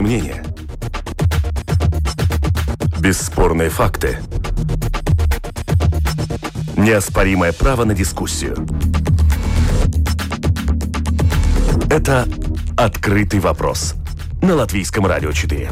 мнения. Бесспорные факты. Неоспоримое право на дискуссию. Это «Открытый вопрос» на Латвийском радио 4.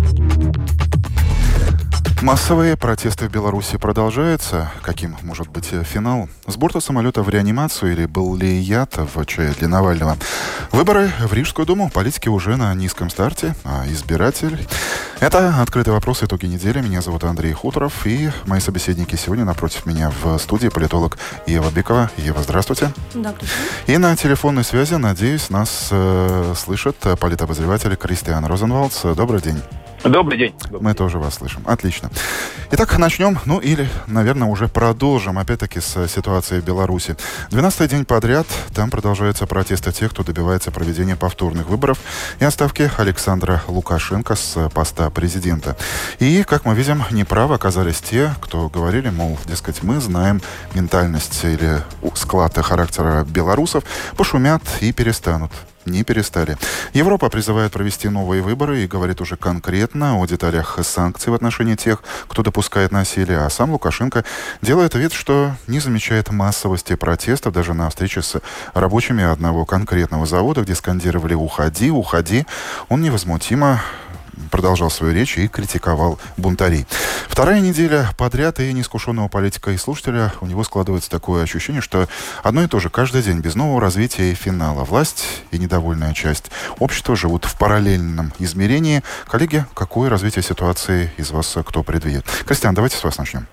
Массовые протесты в Беларуси продолжаются. Каким может быть финал? С борта самолета в реанимацию или был ли яд в чае для Навального? Выборы в Рижскую думу. Политики уже на низком старте, а избиратель... Это «Открытый вопрос. Итоги недели». Меня зовут Андрей Хуторов. И мои собеседники сегодня напротив меня в студии политолог Ева Бикова. Ева, здравствуйте. Здравствуйте. И на телефонной связи, надеюсь, нас слышит политобозреватель Кристиан Розенвалдс. Добрый день. Добрый день. Мы тоже вас слышим. Отлично. Итак, начнем, или, наверное, уже продолжим, опять-таки, с ситуацией в Беларуси. 12-й день подряд там продолжаются протесты тех, кто добивается проведения повторных выборов и отставки Александра Лукашенко с поста президента. И, как мы видим, неправы оказались те, кто говорили, мол, дескать, мы знаем ментальность или склад характера белорусов, пошумят и перестанут. Не перестали. Европа призывает провести новые выборы и говорит уже конкретно о деталях санкций в отношении тех, кто допускает насилие, а сам Лукашенко делает вид, что не замечает массовости протестов даже на встрече с рабочими одного конкретного завода, где скандировали «Уходи, уходи». Он невозмутимо продолжал свою речь и критиковал бунтарей. Вторая неделя подряд, и неискушенного политика и слушателя у него складывается такое ощущение, что одно и то же каждый день без нового развития и финала. Власть и недовольная часть общества живут в параллельном измерении. Коллеги, какое развитие ситуации из вас кто предвидит? Кристиан, давайте с вас начнем.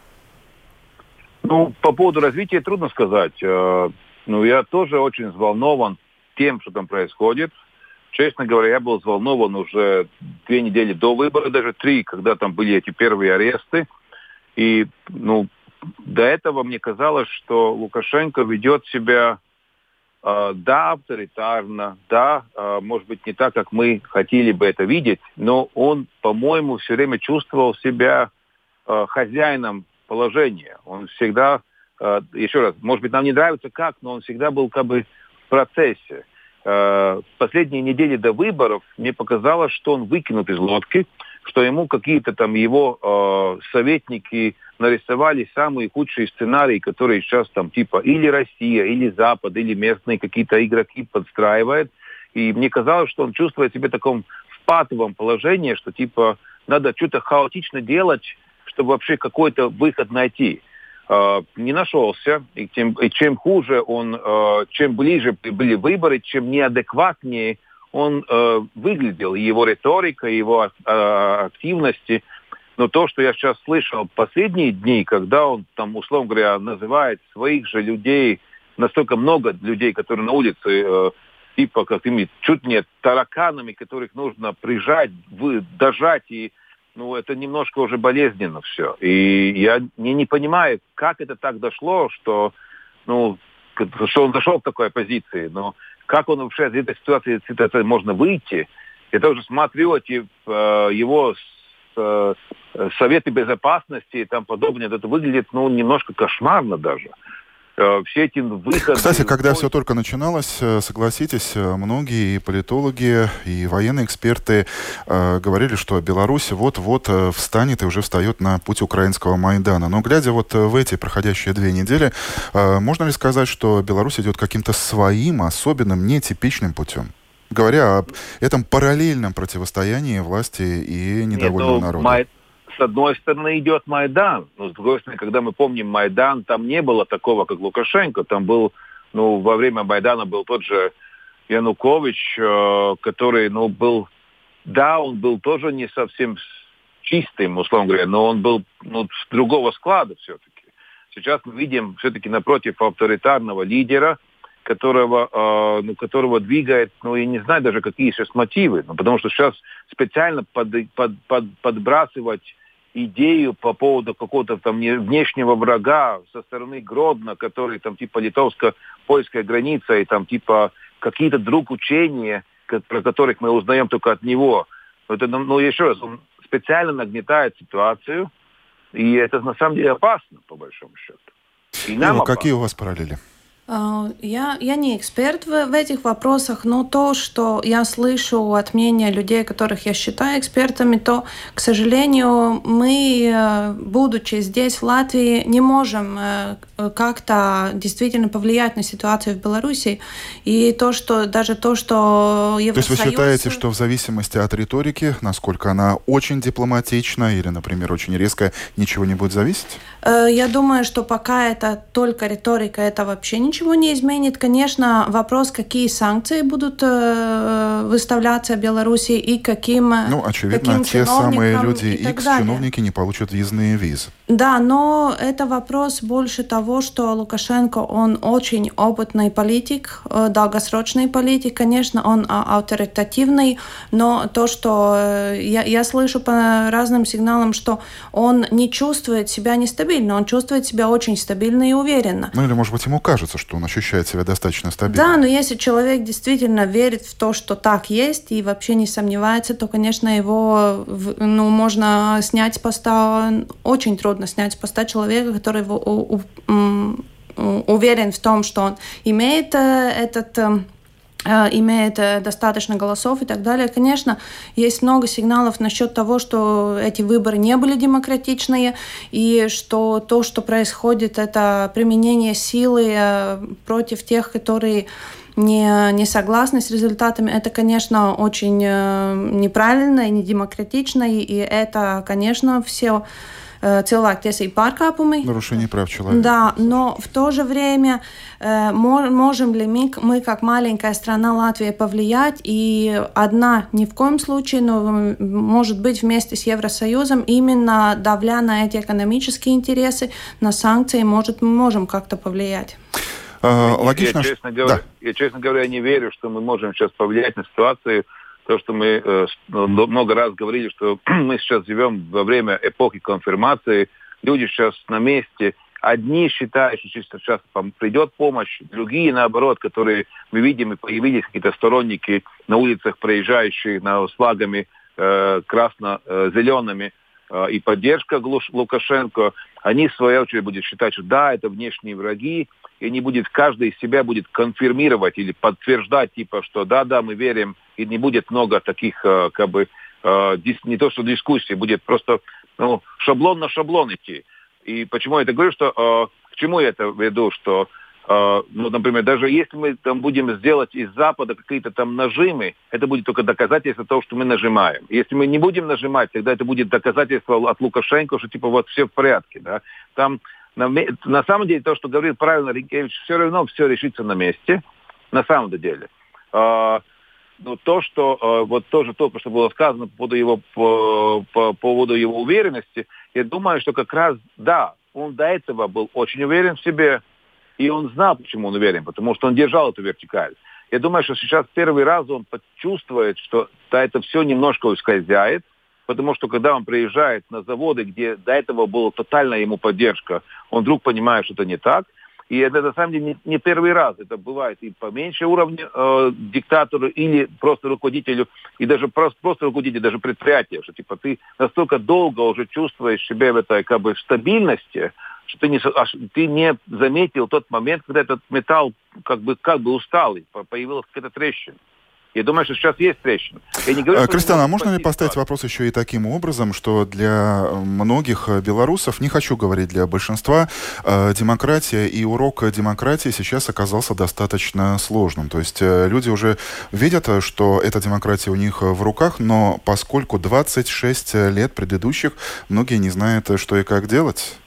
По поводу развития трудно сказать. Я тоже очень взволнован тем, что там происходит. Честно говоря, я был взволнован уже 2 недели до выборов, даже 3, когда там были эти первые аресты. И, до этого мне казалось, что Лукашенко ведет себя, авторитарно, может быть, не так, как мы хотели бы это видеть, но он, по-моему, все время чувствовал себя хозяином положения. Он всегда, еще раз, может быть, нам не нравится как, но он всегда был как бы в процессе. Последние недели до выборов мне показалось, что он выкинут из лодки, что ему какие-то там его советники нарисовали самые худшие сценарии, которые сейчас там типа или Россия, или Запад, или местные какие-то игроки подстраивают. И мне казалось, что он чувствует себя в таком патовом положении, что типа надо что-то хаотично делать, чтобы вообще какой-то выход найти. Не нашелся, и чем хуже он, чем ближе были выборы, чем неадекватнее он выглядел, его риторика, его активности. Но то, что я сейчас слышал последние дни, когда он там, условно говоря, называет своих же людей, настолько много людей, которые на улице, типа какими чуть не тараканами, которых нужно прижать, дожать и это немножко уже болезненно все. И я не понимаю, как это так дошло, что он дошел к такой позиции. Но как он вообще из этой ситуации можно выйти? Я тоже смотрю эти его советы безопасности и там подобное. Это выглядит немножко кошмарно даже. Все эти выходы... Кстати, когда все только начиналось, согласитесь, многие и политологи, и военные эксперты говорили, что Беларусь вот-вот встанет и уже встает на путь украинского Майдана. Но глядя вот в эти проходящие 2 недели, можно ли сказать, что Беларусь идет каким-то своим, особенным, нетипичным путем? Говоря об этом параллельном противостоянии власти и недовольного народа. С одной стороны идет Майдан, но с другой стороны, когда мы помним Майдан, там не было такого, как Лукашенко. Там был, во время Майдана был тот же Янукович, который, был, он был тоже не совсем чистым, условно говоря, но он был с другого склада все-таки. Сейчас мы видим все-таки напротив авторитарного лидера, которого двигает, я не знаю даже, какие сейчас мотивы, потому что сейчас специально подбрасывать идею по поводу какого-то там внешнего врага со стороны Гродно, который там типа литовско-польская граница и там типа какие-то друг учения, про которых мы узнаем только от него. Это, еще раз, он специально нагнетает ситуацию, и это на самом деле опасно, по большому счету. И нам какие у вас параллели? Я не эксперт в этих вопросах, но то, что я слышу от мнения людей, которых я считаю экспертами, то, к сожалению, мы, будучи здесь, в Латвии, не можем как-то действительно повлиять на ситуацию в Беларуси. И даже то, что Евросоюз... То есть вы считаете, что в зависимости от риторики, насколько она очень дипломатична или, например, очень резкая, ничего не будет зависеть? Я думаю, что пока это только риторика, это вообще ничего не изменит. Конечно, вопрос, какие санкции будут выставляться в Беларуси и каким очевидно, те самые люди, X-чиновники, не получат въездные визы. Да, но это вопрос больше того, что Лукашенко, он очень опытный политик, долгосрочный политик. Конечно, он авторитативный, но то, что я слышу по разным сигналам, что он не чувствует себя нестабильно, он чувствует себя очень стабильно и уверенно. Или, может быть, ему кажется, что он ощущает себя достаточно стабильно. Да, но если человек действительно верит в то, что так есть, и вообще не сомневается, то, конечно, его можно снять с поста. Очень трудно снять с поста человека, который уверен в том, что он имеет достаточно голосов и так далее. Конечно, есть много сигналов насчет того, что эти выборы не были демократичные, и что то, что происходит, это применение силы против тех, которые не согласны с результатами. Это, конечно, очень неправильно и недемократично, и это, конечно, все cilvēktiesību pārkāpumi. Нарушение прав человека. Да, но в то же время можем ли мы, как маленькая страна Латвия, повлиять? И одна ни в коем случае, но, может быть, вместе с Евросоюзом, именно давля на эти экономические интересы, на санкции, мы можем как-то повлиять. Логично. Я, честно говоря, не верю, что мы можем сейчас повлиять на ситуацию. То, что мы много раз говорили, что мы сейчас живем во время эпохи конфирмации, люди сейчас на месте, одни считают, что сейчас придет помощь, другие, наоборот, которые мы видим, и появились какие-то сторонники на улицах, проезжающие с флагами красно-зелеными, и поддержка Лукашенко, они, в свою очередь, будут считать, что да, это внешние враги, и не будет, каждый из себя будет конфирмировать или подтверждать, типа, что да, мы верим, и не будет много таких, не то что дискуссий, будет просто шаблон на шаблон идти. И почему я это говорю, что к чему я это веду, что, например, даже если мы там будем сделать из Запада какие-то там нажимы, это будет только доказательство того, что мы нажимаем. Если мы не будем нажимать, тогда это будет доказательство от Лукашенко, что типа вот все в порядке, да. Там на самом деле, то, что говорит правильно Ринкевич, все равно все решится на месте, на самом деле. Но то, что вот тоже только что было сказано по поводу его уверенности, я думаю, что как раз, да, он до этого был очень уверен в себе, и он знал, почему он уверен, потому что он держал эту вертикаль. Я думаю, что сейчас первый раз он почувствует, что это все немножко ускользает, потому что когда он приезжает на заводы, где до этого была тотальная ему поддержка, он вдруг понимает, что это не так. И это на самом деле не первый раз. Это бывает и поменьше уровня диктатору или просто руководителю, и даже просто руководителю, даже предприятия, что типа ты настолько долго уже чувствуешь себя в этой стабильности, что ты не заметил тот момент, когда этот металл как бы устал, и появилась какая-то трещина. Я думаю, что сейчас есть трещина. Кристиан, а можно ли поставить вопрос еще и таким образом, что для многих белорусов, не хочу говорить для большинства, демократия и урок демократии сейчас оказался достаточно сложным. То есть люди уже видят, что эта демократия у них в руках, но поскольку 26 лет предыдущих, многие не знают, что и как делать.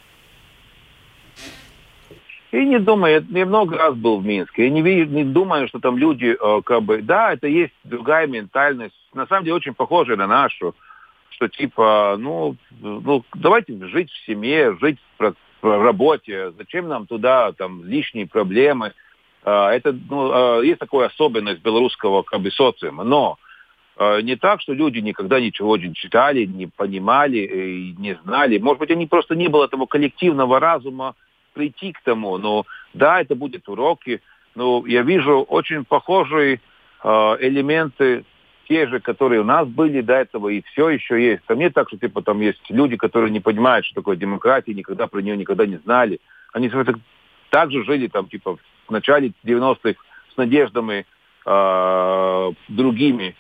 Я не думаю, я много раз был в Минске, я не думаю, что там люди, да, это есть другая ментальность, на самом деле очень похожая на нашу, что типа, давайте жить в семье, жить в работе, зачем нам туда там лишние проблемы, это, есть такая особенность белорусского социума, но не так, что люди никогда ничего не читали, не понимали и не знали, может быть, они просто не было этого коллективного разума, прийти к тому, но да, это будут уроки, но я вижу очень похожие элементы, те же, которые у нас были до этого, и все еще есть. Там не так, что там есть люди, которые не понимают, что такое демократия, никогда про нее никогда не знали. Они так же жили в начале 90-х с надеждами другими.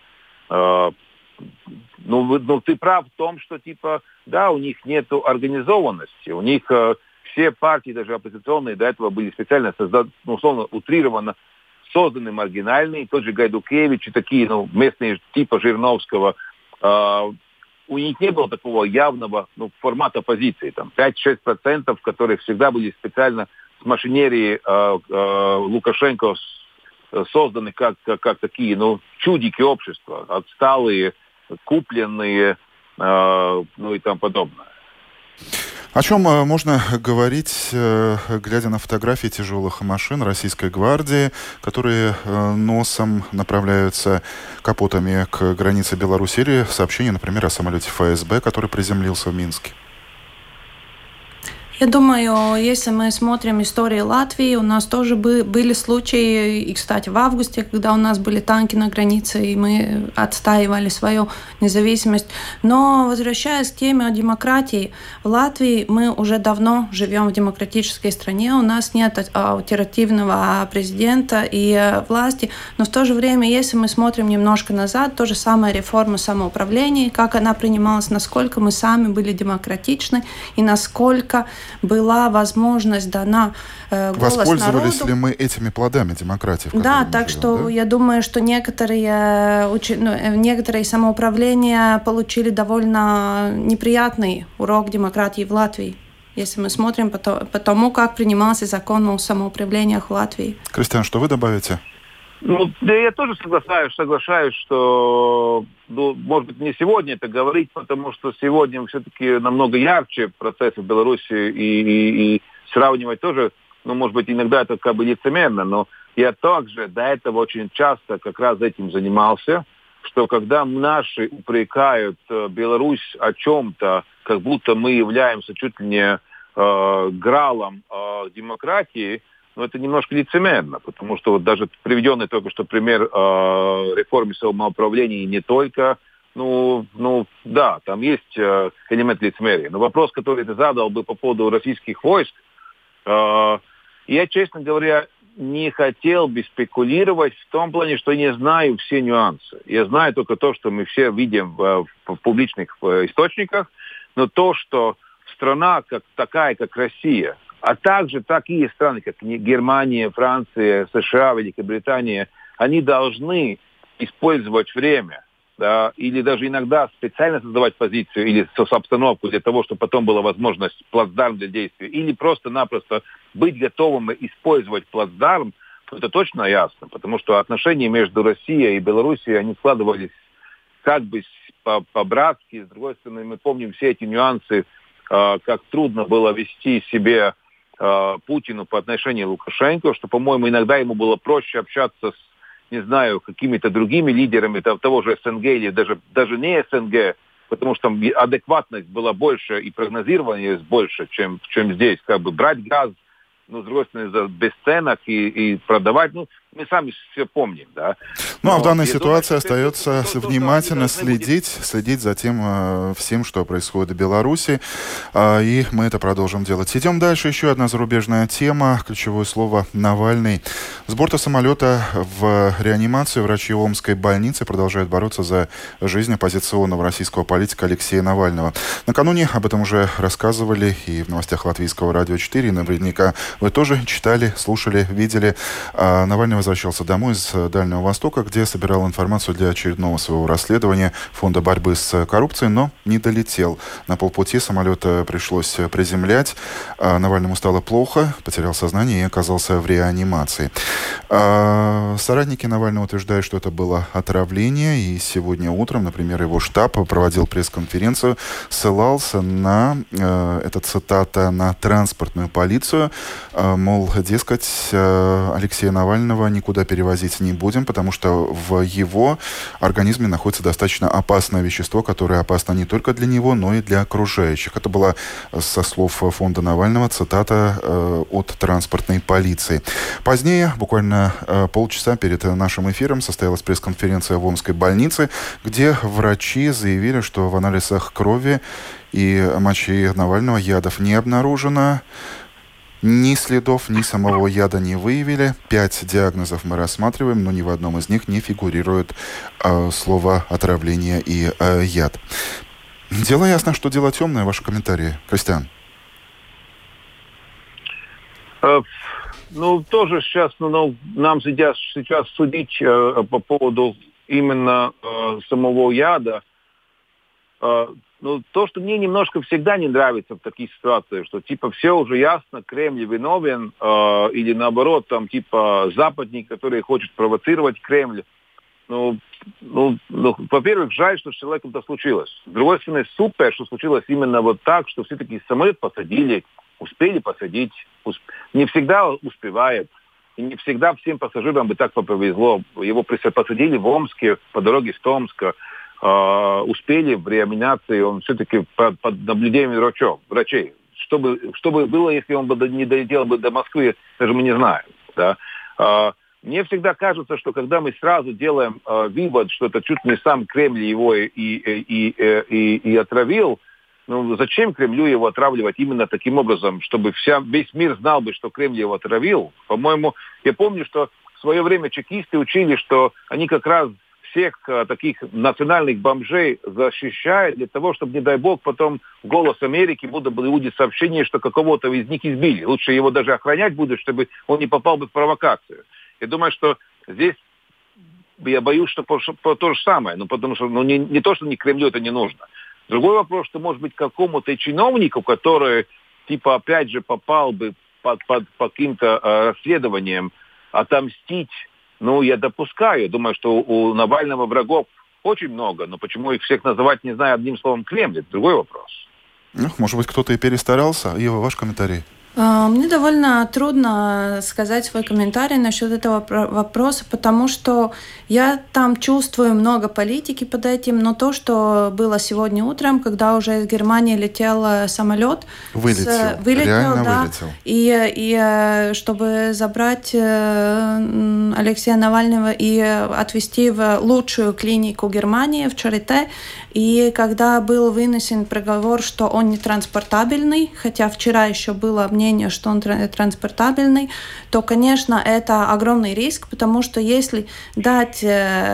Ну, ты прав в том, что, у них нет организованности. У них все партии, даже оппозиционные, до этого были специально условно, утрированно созданы маргинальные. Тот же Гайдукевич и такие, местные типа Жириновского. У них не было такого явного формата оппозиции. Там 5-6%, которые всегда были специально с машинерией Лукашенко созданы как такие, чудики общества, отсталые, купленные, и тому подобное. О чем можно говорить, глядя на фотографии тяжелых машин российской гвардии, которые носом направляются капотами к границе Беларуси, или сообщение, например, о самолете ФСБ, который приземлился в Минске? Я думаю, если мы смотрим историю Латвии, у нас тоже были случаи, и, кстати, в августе, когда у нас были танки на границе, и мы отстаивали свою независимость. Но, возвращаясь к теме о демократии, в Латвии мы уже давно живем в демократической стране, у нас нет альтернативного президента и власти, но в то же время, если мы смотрим немножко назад, то же самое реформа самоуправления, как она принималась, насколько мы сами были демократичны и насколько была возможность дана голос народу. Воспользовались ли мы этими плодами демократии? Да, так что я думаю, что некоторые самоуправления получили довольно неприятный урок демократии в Латвии, если мы смотрим по тому, как принимался закон о самоуправлениях в Латвии. Кристиан, что вы добавите? Да, я тоже соглашаюсь, что, может быть, не сегодня это говорить, потому что сегодня все-таки намного ярче процессы в Беларуси и сравнивать тоже, может быть, иногда это лицемерно, но я также до этого очень часто как раз этим занимался, что когда наши упрекают Беларусь о чем-то, как будто мы являемся чуть ли не гралом демократии, но это немножко лицемерно, потому что даже приведенный только что пример реформы самоуправления не только, там есть элемент лицемерия. Но вопрос, который ты задал бы по поводу российских войск, я, честно говоря, не хотел бы спекулировать в том плане, что не знаю все нюансы. Я знаю только то, что мы все видим в публичных источниках, но то, что страна такая, как Россия, а также такие страны, как Германия, Франция, США, Великобритания, они должны использовать время, да, или даже иногда специально создавать позицию или обстановку для того, чтобы потом была возможность плацдарм для действия, или просто-напросто быть готовым использовать плацдарм, то это точно ясно, потому что отношения между Россией и Белоруссией, они складывались как бы по-братски, с другой стороны, мы помним все эти нюансы, как трудно было вести себя Путину по отношению к Лукашенко, что, по-моему, иногда ему было проще общаться с, не знаю, какими-то другими лидерами того же СНГ или даже не СНГ, потому что там адекватность была больше и прогнозирование больше, чем здесь. Как бы брать газ, с другой стороны, за бесценок и продавать, мы сами все помним, да. А в данной ситуации остается внимательно следить за тем всем, что происходит в Беларуси, и мы это продолжим делать. Идем дальше. Еще одна зарубежная тема, ключевое слово «Навальный». С борта самолета в реанимацию врачи Омской больницы продолжают бороться за жизнь оппозиционного российского политика Алексея Навального. Накануне об этом уже рассказывали и в новостях Латвийского радио 4, и наверняка вы тоже читали, слушали, видели. Навальный возвращался домой из Дальнего Востока, где собирал информацию для очередного своего расследования Фонда борьбы с коррупцией, но не долетел. На полпути самолета пришлось приземлять. Навальному стало плохо, потерял сознание и оказался в реанимации. Соратники Навального утверждают, что это было отравление, и сегодня утром, например, его штаб проводил пресс-конференцию, ссылался на, это цитата, на транспортную полицию, мол, дескать, Алексея Навального никуда перевозить не будем, потому что в его организме находится достаточно опасное вещество, которое опасно не только для него, но и для окружающих. Это была, со слов фонда Навального, цитата от транспортной полиции. Позднее, буквально полчаса перед нашим эфиром, состоялась пресс-конференция в Омской больнице, где врачи заявили, что в анализах крови и мочи Навального ядов не обнаружено. Ни следов, ни самого яда не выявили. 5 диагнозов мы рассматриваем, но ни в одном из них не фигурирует слово «отравление» и «яд». Дело ясно, что дело темное. Ваши комментарии, Кристиан. Тоже сейчас, нам сейчас судить по поводу именно самого яда. То, что мне немножко всегда не нравится в таких ситуациях, что типа все уже ясно, Кремль виновен, или наоборот, там типа западник, который хочет провоцировать Кремль. Во-первых, жаль, что с человеком это случилось. С другой стороны, супер, что случилось именно вот так, что все-таки самолет посадили, успели посадить. Не всегда успевает. И не всегда всем пассажирам бы так повезло. Его посадили в Омске, по дороге с Томска. Успели в реанимации, он все-таки под наблюдением врачей. Что бы было, если он бы не долетел бы до Москвы, даже мы не знаем. Да? Мне всегда кажется, что когда мы сразу делаем вывод, что это чуть не сам Кремль его и отравил, зачем Кремлю его отравливать именно таким образом, чтобы весь мир знал бы, что Кремль его отравил? По-моему, я помню, что в свое время чекисты учили, что они как раз всех таких национальных бомжей защищают для того, чтобы, не дай бог, потом «Голос Америки» будет сообщение, что какого-то из них избили. Лучше его даже охранять будут, чтобы он не попал бы в провокацию. Я думаю, что здесь я боюсь, что то же самое. Потому что не то, что Кремлю это не нужно. Другой вопрос, что, может быть, какому-то чиновнику, который, типа, опять же, попал бы под каким-то расследованием, отомстить, я допускаю. Думаю, что у Навального врагов очень много, но почему их всех называть, не знаю, одним словом Кремль, это другой вопрос. Может быть, кто-то и перестарался. Ева, ваш комментарий? Мне довольно трудно сказать свой комментарий насчет этого вопроса, потому что я там чувствую много политики под этим, но то, что было сегодня утром, когда уже из Германии летел самолет, вылетел. И чтобы забрать Алексея Навального и отвезти в лучшую клинику Германии, в Чарите, и когда был вынесен приговор, что он не транспортабельный, хотя вчера еще было мнение, что он транспортабельный, то, конечно, это огромный риск, потому что если дать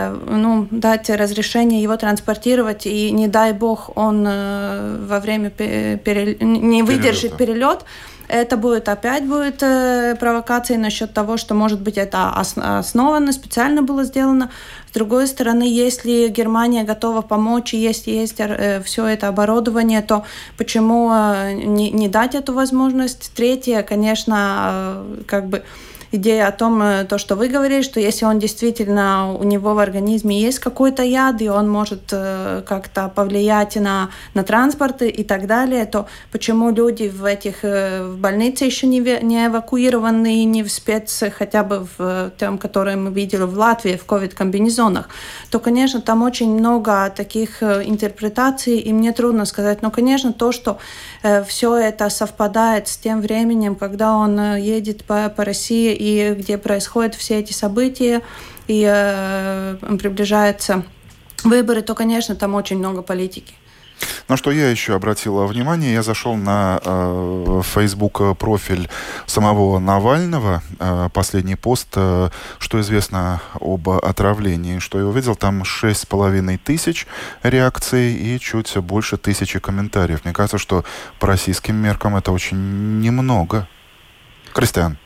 разрешение его транспортировать, и, не дай бог, он во время не выдержит перелет, это опять будет провокацией насчет того, что, может быть, это основано, специально было сделано. С другой стороны, если Германия готова помочь, и если есть все это оборудование, то почему не дать эту возможность? Третье, конечно, идея о том, то, что вы говорили, что если он действительно, у него в организме есть какой-то яд, и он может как-то повлиять на транспорт и так далее, то почему люди в больнице еще не эвакуированы, не в хотя бы в том, который мы видели в Латвии, в ковид-комбинезонах, то, конечно, там очень много таких интерпретаций, и мне трудно сказать. Но, конечно, то, что все это совпадает с тем временем, когда он едет по России, и где происходят все эти события, и приближаются выборы, то, конечно, там очень много политики. На что я еще обратила внимание, я зашел на Facebook профиль самого Навального, последний пост, что известно об отравлении, что я увидел, там 6500 реакций и чуть больше 1000 комментариев. Мне кажется, что по российским меркам это очень немного. Кристиан.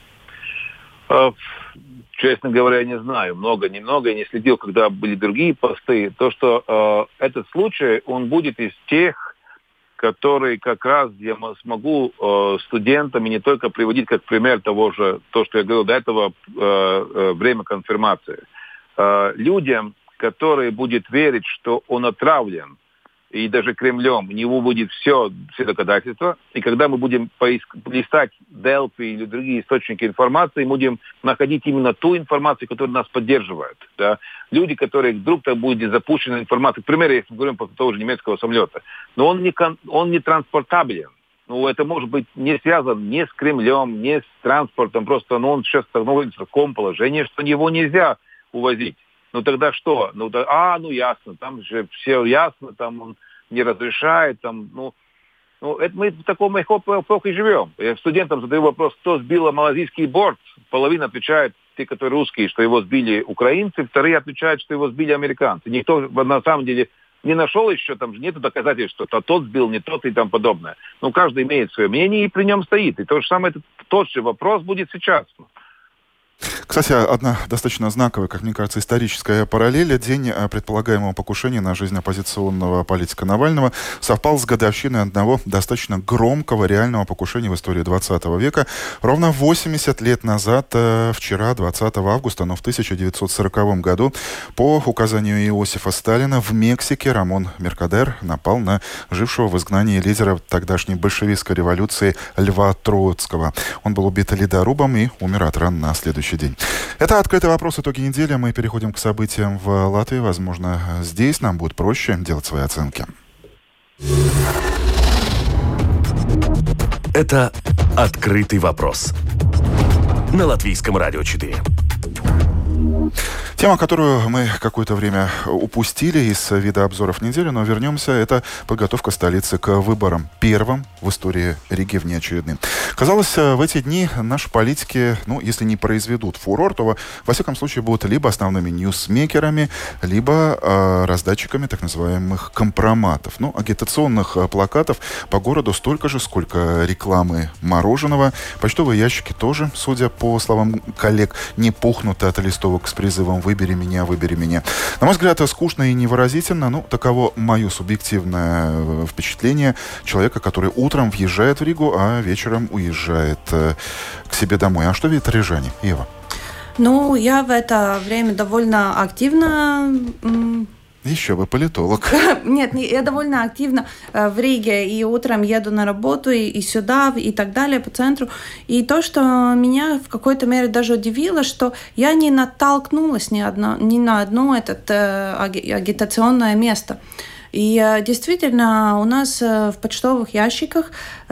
Честно говоря, я не знаю, много-немного, я не следил, когда были другие посты. То, что этот случай, он будет из тех, которые как раз я смогу студентам и не только приводить как пример того же, то, что я говорил до этого, время конфирмации. Людям, которые будут верить, что он отравлен, и даже Кремлем, у него будет все доказательства. И когда мы будем листать Delphi или другие источники информации, будем находить именно ту информацию, которая нас поддерживает. Да? Люди, которые вдруг там будет запущена информация, к примеру, если мы говорим по того же немецкого самолета, но он не транспортабелен. Это может быть не связано ни с Кремлем, ни с транспортом, просто он сейчас становится в таком положении, что его нельзя увозить. Тогда что? Ясно, там же все ясно, там он не разрешает, Ну, это мы в таком эпохе живем. Я студентам задаю вопрос, кто сбил малазийский борт. Половина отвечает, те, которые русские, что его сбили украинцы, вторые отвечают, что его сбили американцы. Никто на самом деле не нашел еще, там же нету доказательств, что тот сбил, не тот и тому подобное. Ну, каждый имеет свое мнение и при нем стоит. И то же самое, тот же вопрос будет сейчас. Кстати, одна достаточно знаковая, как мне кажется, историческая параллель. День предполагаемого покушения на жизнь оппозиционного политика Навального совпал с годовщиной одного достаточно громкого реального покушения в истории 20 века. Ровно 80 лет назад, вчера, 20 августа, но в 1940 году, по указанию Иосифа Сталина, в Мексике Рамон Меркадер напал на жившего в изгнании лидера тогдашней большевистской революции Льва Троцкого. Он был убит ледорубом и умер от ран на следующий день. Это «Открытый вопрос. Итоги недели». Мы переходим к событиям в Латвии. Возможно, здесь нам будет проще делать свои оценки. Это «Открытый вопрос» на Латвийском радио 4. Тема, которую мы какое-то время упустили из вида обзоров недели, но вернемся, это подготовка столицы к выборам. Первым в истории Риги внеочередным. Казалось, в эти дни наши политики, если не произведут фурор, то, во всяком случае, будут либо основными ньюсмейкерами, либо раздатчиками так называемых компроматов. Агитационных плакатов по городу столько же, сколько рекламы мороженого. Почтовые ящики тоже, судя по словам коллег, не пухнут от листовок с призывом «Выбери меня, выбери меня». На мой взгляд, это скучно и невыразительно. Таково мое субъективное впечатление человека, который утром въезжает в Ригу, а вечером уезжает к себе домой. А что видят рижане? Ева? Я в это время довольно активно... Еще бы политолог. Нет, я довольно активно в Риге и утром еду на работу, и сюда, и так далее, по центру. И то, что меня в какой-то мере даже удивило, что я не натолкнулась ни на одно агитационное место. И действительно, у нас в почтовых ящиках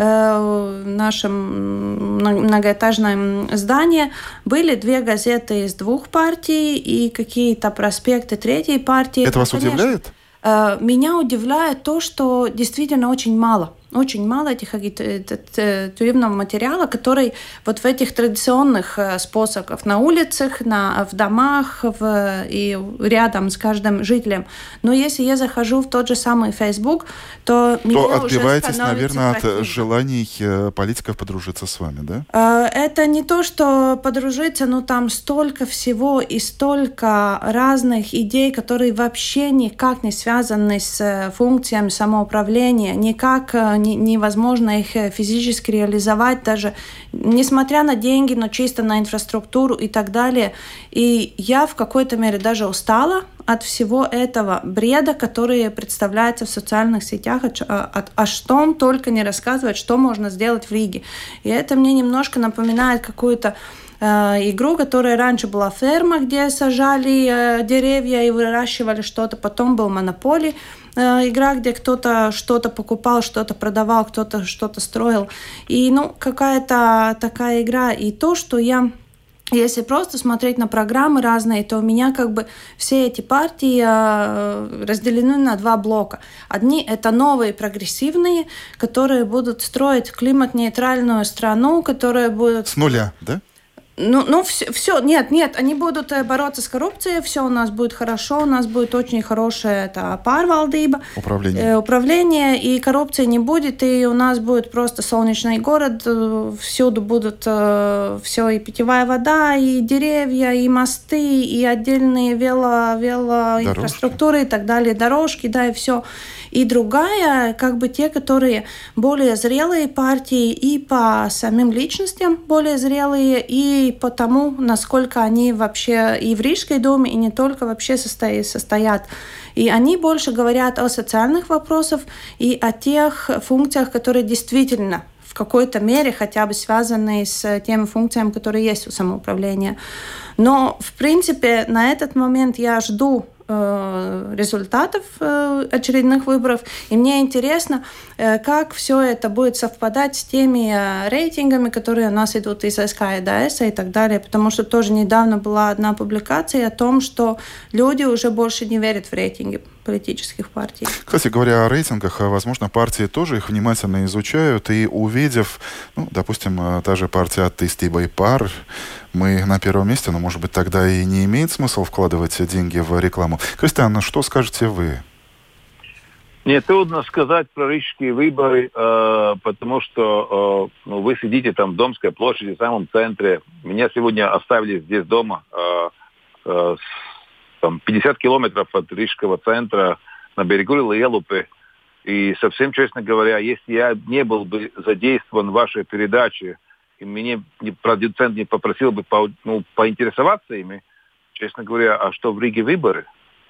в нашем многоэтажном здании были 2 газеты из 2 партий и какие-то проспекты 3-й партии. Это вас удивляет? Меня удивляет то, что действительно очень мало этих агитативного материала, который вот в этих традиционных способах на улицах, в домах и рядом с каждым жителем. Но если я захожу в тот же самый Facebook, то меня уже отбиваетесь, становится наверное, противно. от желаний политиков подружиться с вами, да? Это не то, что подружиться, но там столько всего и столько разных идей, которые вообще никак не связаны с функциями самоуправления, никак невозможно их физически реализовать, даже несмотря на деньги, но чисто на инфраструктуру и так далее. И я в какой-то мере даже устала от всего этого бреда, который представляется в социальных сетях, о чем только не рассказывать, что можно сделать в Риге. И это мне немножко напоминает какую-то игру, которая раньше была ферма, где сажали деревья и выращивали что-то, потом был Монополий, игра, где кто-то что-то покупал, что-то продавал, кто-то что-то строил. И какая-то такая игра. И то, что если просто смотреть на программы разные, то у меня все эти партии разделены на 2 блока. Одни — это новые прогрессивные, которые будут строить климат-нейтральную страну, которая будет... С нуля, да? Все, нет, они будут бороться с коррупцией, все у нас будет хорошо, у нас будет очень хорошее pārvaldība, управление, и коррупции не будет, и у нас будет просто солнечный город, всюду будут все, и питьевая вода, и деревья, и мосты, и отдельные велоинфраструктуры и так далее, дорожки, и все. И другая, те, которые более зрелые партии и по самим личностям более зрелые, и по тому, насколько они вообще и в Рижской думе, и не только вообще состоят. И они больше говорят о социальных вопросах и о тех функциях, которые действительно в какой-то мере хотя бы связаны с теми функциями, которые есть у самоуправления. Но, в принципе, на этот момент я жду результатов очередных выборов. И мне интересно, как все это будет совпадать с теми рейтингами, которые у нас идут из СКДС и так далее. Потому что тоже недавно была одна публикация о том, что люди уже больше не верят в рейтинги. политических партий. Кстати говоря, о рейтингах, возможно, партии тоже их внимательно изучают, и увидев, допустим, та же партия «Attīstība и пар», мы на первом месте, но, может быть, тогда и не имеет смысла вкладывать деньги в рекламу. Кристиан, что скажете вы? Мне трудно сказать про рижские выборы, потому что вы сидите там в Домской площади, в самом центре. Меня сегодня оставили здесь дома, там 50 километров от рижского центра на берегу Лиелупы. И совсем честно говоря, если я не был бы задействован в вашей передаче, и меня продюсент не попросил бы поинтересоваться ими, честно говоря, а что в Риге выборы?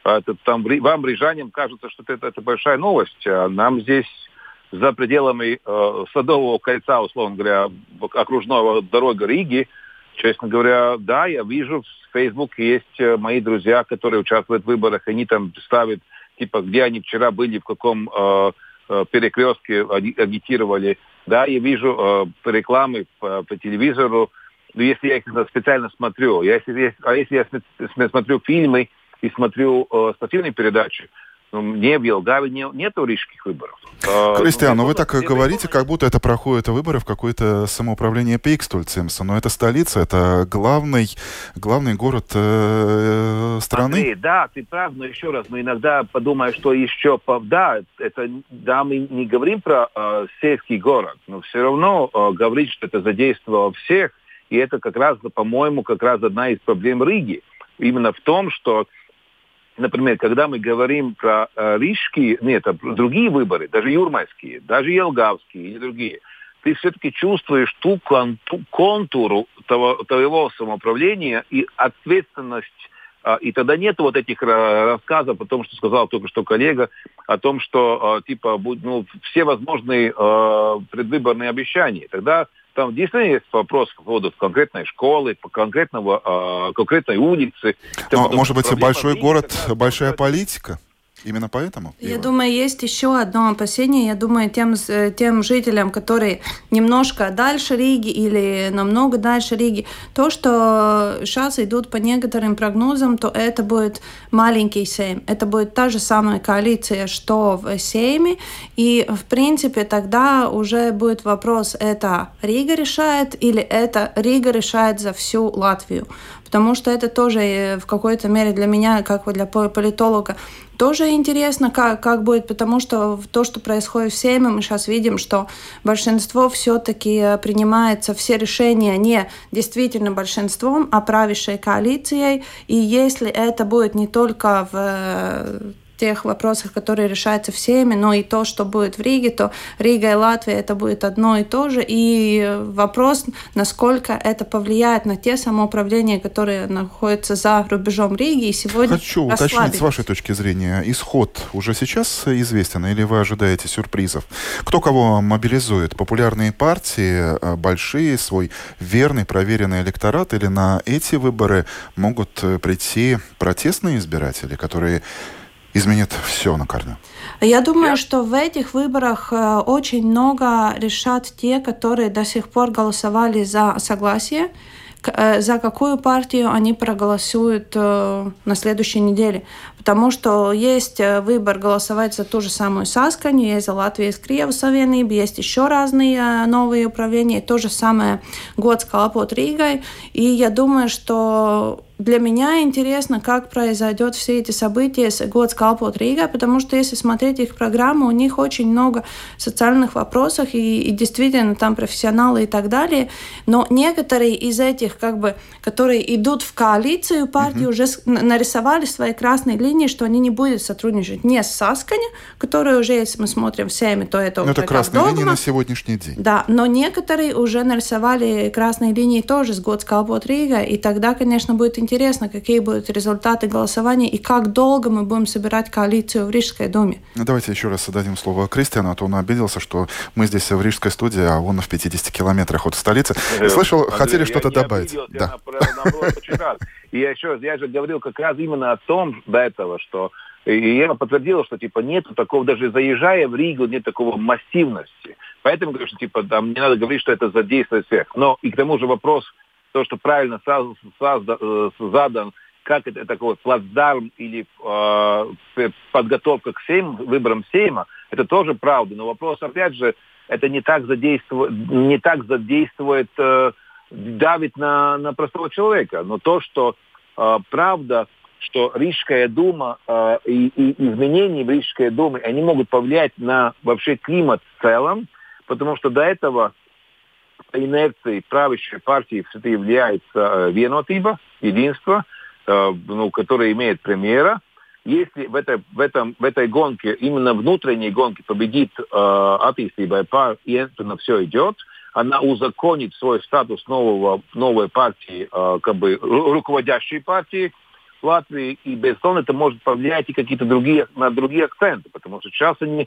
Вам, рижанам, кажется, что это большая новость, а нам здесь за пределами Садового кольца, условно говоря, окружного дорога Риги, честно говоря, да, я вижу, в Facebook есть мои друзья, которые участвуют в выборах, они там ставят, типа, где они вчера были, в каком перекрестке агитировали. Да, я вижу рекламы по телевизору, но если я их специально смотрю, если я смотрю фильмы, и смотрю спортивные передачи, не в Елгаве нету рижских выборов. Кристиан, вы так говорите, как будто это проходят выборы в какое-то самоуправление Пикстульцемса, но это столица, это главный город страны. Андрей, да, ты прав, но еще раз, мы иногда подумаем, что еще... Да, мы не говорим про сельский город, но все равно говорить, что это задействовало всех, и это как раз, по-моему, одна из проблем Риги. Именно в том, что, например, когда мы говорим про рижские, другие выборы, даже юрмальские, даже елгавские и другие, ты все-таки чувствуешь ту контуру твоего самоуправления и ответственность. И тогда нет вот этих рассказов о том, что сказал только что коллега, о том, что все возможные предвыборные обещания. Тогда там действительно есть вопрос по поводу конкретной школы, по конкретной улице. Но, может быть, большой город, большая политика? Именно поэтому? Я думаю, есть еще одно опасение. Я думаю, тем жителям, которые немножко дальше Риги или намного дальше Риги, то, что сейчас идут по некоторым прогнозам, то это будет маленький Сейм. Это будет та же самая коалиция, что в Сейме. И, в принципе, тогда уже будет вопрос, это Рига решает или это Рига решает за всю Латвию. Потому что это тоже в какой-то мере для меня, как для политолога, тоже интересно, как будет, потому что то, что происходит в Сейме, мы сейчас видим, что большинство все-таки принимается, все решения не действительно большинством, а правящей коалицией. И если это будет не только в тех вопросах, которые решаются в Сейме, но и то, что будет в Риге, то Рига и Латвия это будет одно и то же. И вопрос, насколько это повлияет на те самоуправления, которые находятся за рубежом Риги и сегодня Хочу уточнить, с вашей точки зрения, исход уже сейчас известен или вы ожидаете сюрпризов? Кто кого мобилизует? Популярные партии, большие, свой верный, проверенный электорат, или на эти выборы могут прийти протестные избиратели, которые изменит все на корню? Я думаю, что в этих выборах очень много решат те, которые до сих пор голосовали за согласие, за какую партию они проголосуют на следующей неделе. Потому что есть выбор голосовать за ту же самую Saskaņu, есть за Латвijas Krievijas Savienību, есть еще разные новые управления, то же самое Gods kalpot Rīgai. И я думаю, что для меня интересно, как произойдет все эти события с Gods kalpot Rīgai, потому что если смотреть их программу, у них очень много социальных вопросов, и действительно там профессионалы и так далее. Но некоторые из этих, которые идут в коалицию партии, уже нарисовали свои красные линии, что они не будут сотрудничать не с Saskaņu, которая уже, если мы смотрим в Сейме, то это уже это красные линии на сегодняшний день. Да, но некоторые уже нарисовали красные линии тоже с Gods kalpot Rīgai, и тогда, конечно, будет интересно, какие будут результаты голосования и как долго мы будем собирать коалицию в Рижской думе. Давайте еще раз дадим слово Кристиану, а то он обиделся, что мы здесь в Рижской студии, а он в 50 километрах от столицы. Слышал, Андрей, хотели что-то добавить. Да. И я же говорил как раз именно о том до этого, что и я подтвердил, что нету такого, даже заезжая в Ригу, нет такого массивности. Поэтому говорю, что там не надо говорить, что это задействует всех. Но и к тому же вопрос, то, что правильно задан, как это такой плацдарм или подготовка к выборам Сейма, это тоже правда. Но вопрос, опять же, это не так задействует, давит на простого человека. Но то, что правда, что Рижская дума и изменения в Рижской думе, они могут повлиять на вообще климат в целом, потому что до этого по инерции правящей партии все-таки является единство, которое имеет премьера. Если в этой гонке, именно внутренней гонке победит Attīstībai и это на все идет, она узаконит свой статус новой партии, как бы руководящей партии в Латвии, и, безусловно, это может повлиять и какие-то другие акценты, потому что сейчас они,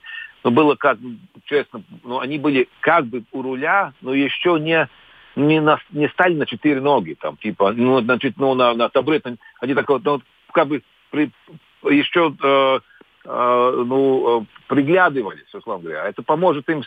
они были как бы у руля, но еще не стали на 4 ноги, там, типа, на табурет, они так как бы еще приглядывались, условно говоря. Это поможет им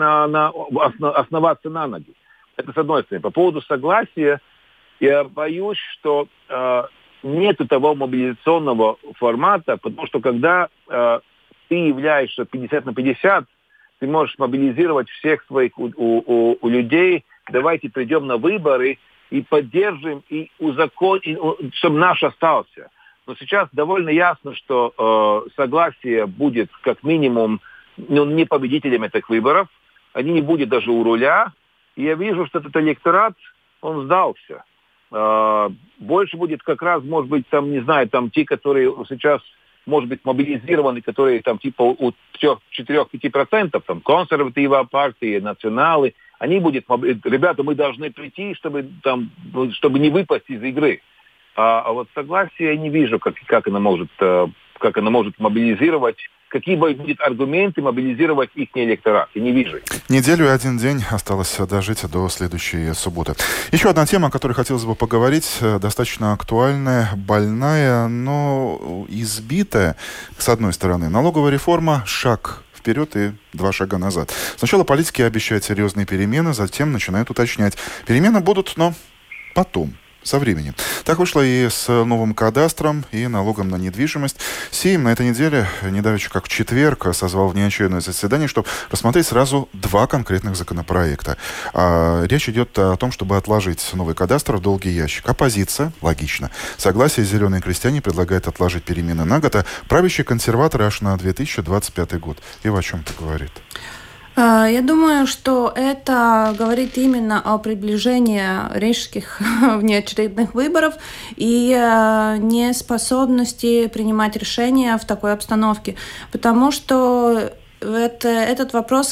основаться на ноги. Это с одной стороны. По поводу согласия, я боюсь, что нету того мобилизационного формата, потому что когда ты являешься 50/50, ты можешь мобилизировать всех своих у людей, давайте придем на выборы и поддержим, и чтобы наш остался. Но сейчас довольно ясно, что согласие будет как минимум не победителем этих выборов, они не будут даже у руля, и я вижу, что этот электорат, он сдался. Больше будет как раз, может быть, там, не знаю, там те, которые сейчас, может быть, мобилизированы, которые там типа у 4-5%, там консервативная партия, националы, они будут, ребята, мы должны прийти, чтобы не выпасть из игры. А вот согласие я не вижу, как она может мобилизировать, какие будут аргументы мобилизировать их электорат. Я не вижу. Неделю и 1 день осталось дожить до следующей субботы. Еще одна тема, о которой хотелось бы поговорить, достаточно актуальная, больная, но избитая, с одной стороны. Налоговая реформа – шаг вперед и 2 шага назад. Сначала политики обещают серьезные перемены, затем начинают уточнять. Перемены будут, но потом. Со временем. Так вышло и с новым кадастром и налогом на недвижимость. Сейм на этой неделе, недавеча как в четверг, созвал внеочередное заседание, чтобы рассмотреть сразу 2 конкретных законопроекта. Речь идет о том, чтобы отложить новый кадастр в долгий ящик. Оппозиция, логично. Согласие «Зеленые крестьяне» предлагает отложить перемены на год, а правящие консерваторы аж на 2025 год. И о чем это говорит? Я думаю, что это говорит именно о приближении рижских внеочередных выборов и неспособности принимать решения в такой обстановке. Потому что этот вопрос с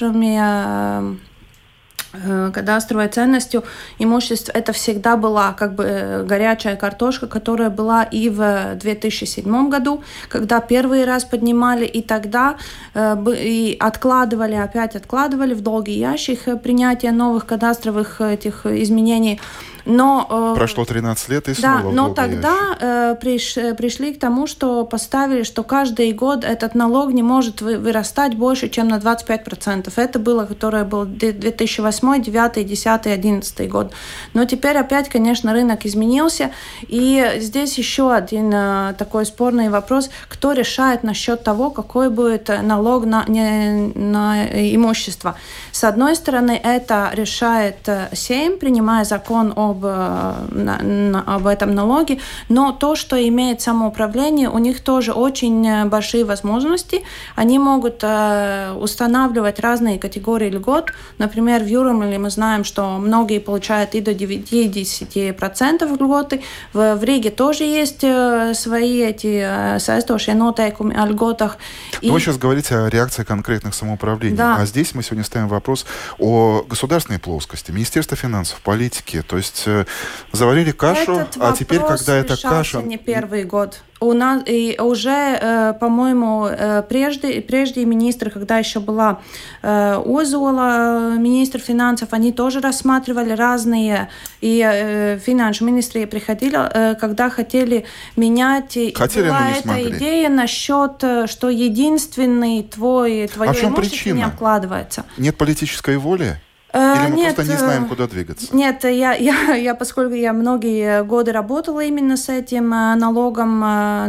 кадастровой ценностью имущества, это всегда была как бы горячая картошка, которая была и в 2007 году, когда первый раз поднимали, и тогда и опять откладывали в долгий ящик принятие новых кадастровых этих изменений. Но, прошло 13 лет и снова. Да, но тогда пришли к тому, что поставили, что каждый год этот налог не может вырастать больше, чем на 25%. Это было, которое было 2008, 2009, 2010, 2011 год. Но теперь опять, конечно, рынок изменился. И здесь еще один такой спорный вопрос. Кто решает насчет того, какой будет налог на имущество? С одной стороны, это решает Сейм, принимая закон об этом налоге, но то, что имеет самоуправление, у них тоже очень большие возможности. Они могут устанавливать разные категории льгот. Например, в Юрмале мы знаем, что многие получают и до 90% льготы. В Риге тоже есть свои эти сaistošie noteikumi о льготах. Вы сейчас говорите о реакции конкретных самоуправлений. Да. А здесь мы сегодня ставим вопрос о государственной плоскости, Министерство финансов, политики. То есть заварили кашу, а теперь, когда эта каша... не первый год. У нас и уже, по-моему, прежде министр, когда еще была Озола, министр финансов, они тоже рассматривали разные, и финансовые министры приходили, когда хотели менять. Была эта идея насчет, что единственный твое имущество не обкладывается. Нет политической воли? Или мы Нет, просто не знаем, куда двигаться? Нет, поскольку я многие годы работала именно с этим налогом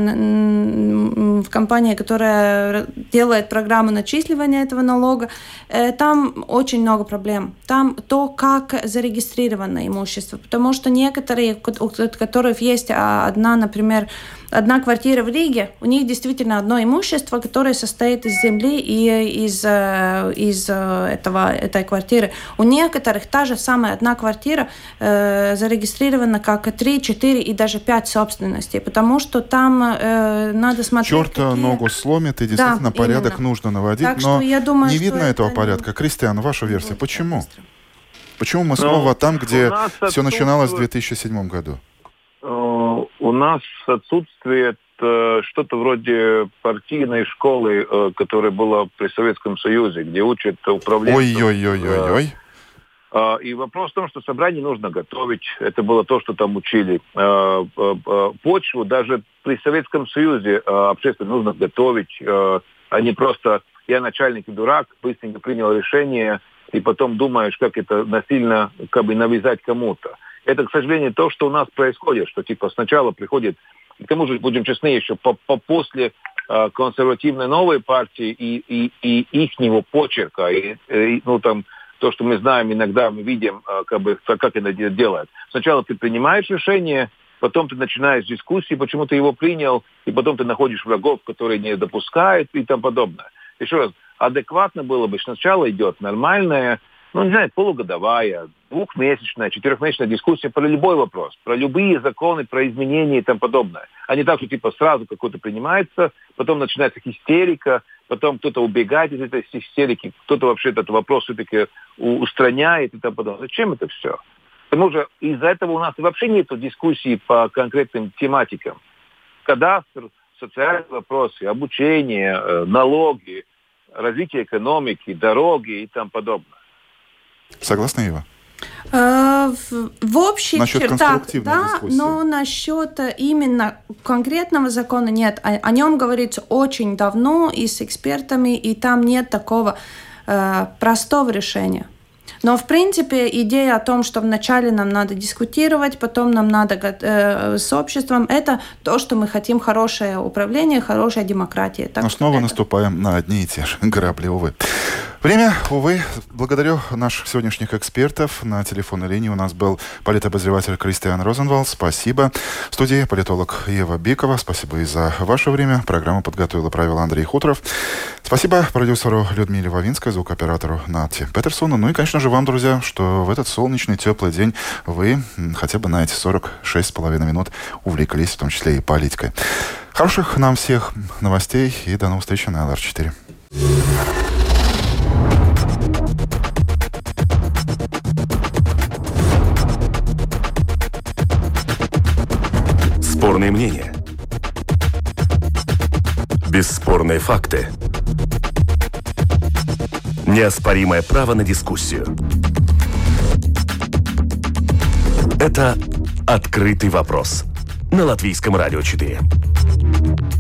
в компании, которая делает программу начисливания этого налога, там очень много проблем. Там то, как зарегистрировано имущество. Потому что некоторые, у которых есть одна квартира в Риге, у них действительно одно имущество, которое состоит из земли и из этой квартиры. У некоторых та же самая одна квартира зарегистрирована как 3, 4 и даже 5 собственностей, потому что там надо смотреть... Черт ногу сломит, и действительно порядок нужно наводить, так но я думаю, не видно этого порядка. Кристиан, ваша версия, почему? Быстро. Почему мы снова там, где все начиналось в 2007 году? У нас отсутствует что-то вроде партийной школы, которая была при Советском Союзе, где учат управленцев. Ой-ой-ой-ой-ой. И вопрос в том, что собрание нужно готовить. Это было то, что там учили. Почву даже при Советском Союзе общественно нужно готовить, а не просто «я начальник и дурак», быстренько принял решение, и потом думаешь, как это насильно навязать кому-то. Это, к сожалению, то, что у нас происходит, что сначала приходит, и к тому же, будем честны, еще после консервативной новой партии и ихнего почерка, то, что мы знаем, иногда мы видим, как это делают. Сначала ты принимаешь решение, потом ты начинаешь дискуссии, почему ты его принял, и потом ты находишь врагов, которые не допускают и тому подобное. Еще раз, адекватно было бы, что сначала идет нормальная, полугодовая, 2-месячная, 4-месячная дискуссия про любой вопрос, про любые законы, про изменения и тому подобное. А не так, что сразу какой-то принимается, потом начинается истерика, потом кто-то убегает из этой истерики, кто-то вообще этот вопрос все-таки устраняет и тому подобное. Зачем это все? К тому же из-за этого у нас вообще нет дискуссий по конкретным тематикам. Кадастр, социальные вопросы, обучение, налоги, развитие экономики, дороги и тому подобное. Согласна, Ева? В общих чертах, да, дискуссии. но насчет именно конкретного закона нет. О нем говорится очень давно и с экспертами, и там нет такого простого решения. Но, в принципе, идея о том, что вначале нам надо дискутировать, потом нам надо с обществом, это то, что мы хотим: хорошее управление, хорошая демократия. Но снова наступаем на одни и те же грабли, увы. Время, увы. Благодарю наших сегодняшних экспертов. На телефонной линии у нас был политобозреватель Кристиан Розенвалд. Спасибо. В студии политолог Ева Бикова. Спасибо и за ваше время. Программу подготовил и провел Андрей Хуторов. Спасибо продюсеру Людмиле Вавинской, звукооператору Нате Петерсону. Ну и, конечно же, вам, друзья, что в этот солнечный, теплый день вы хотя бы на эти 46,5 минут увлеклись, в том числе и политикой. Хороших нам всех новостей и до новых встреч на LR4. Спорные мнения. Бесспорные факты. Неоспоримое право на дискуссию. Это «Открытый вопрос» на Латвийском радио 4.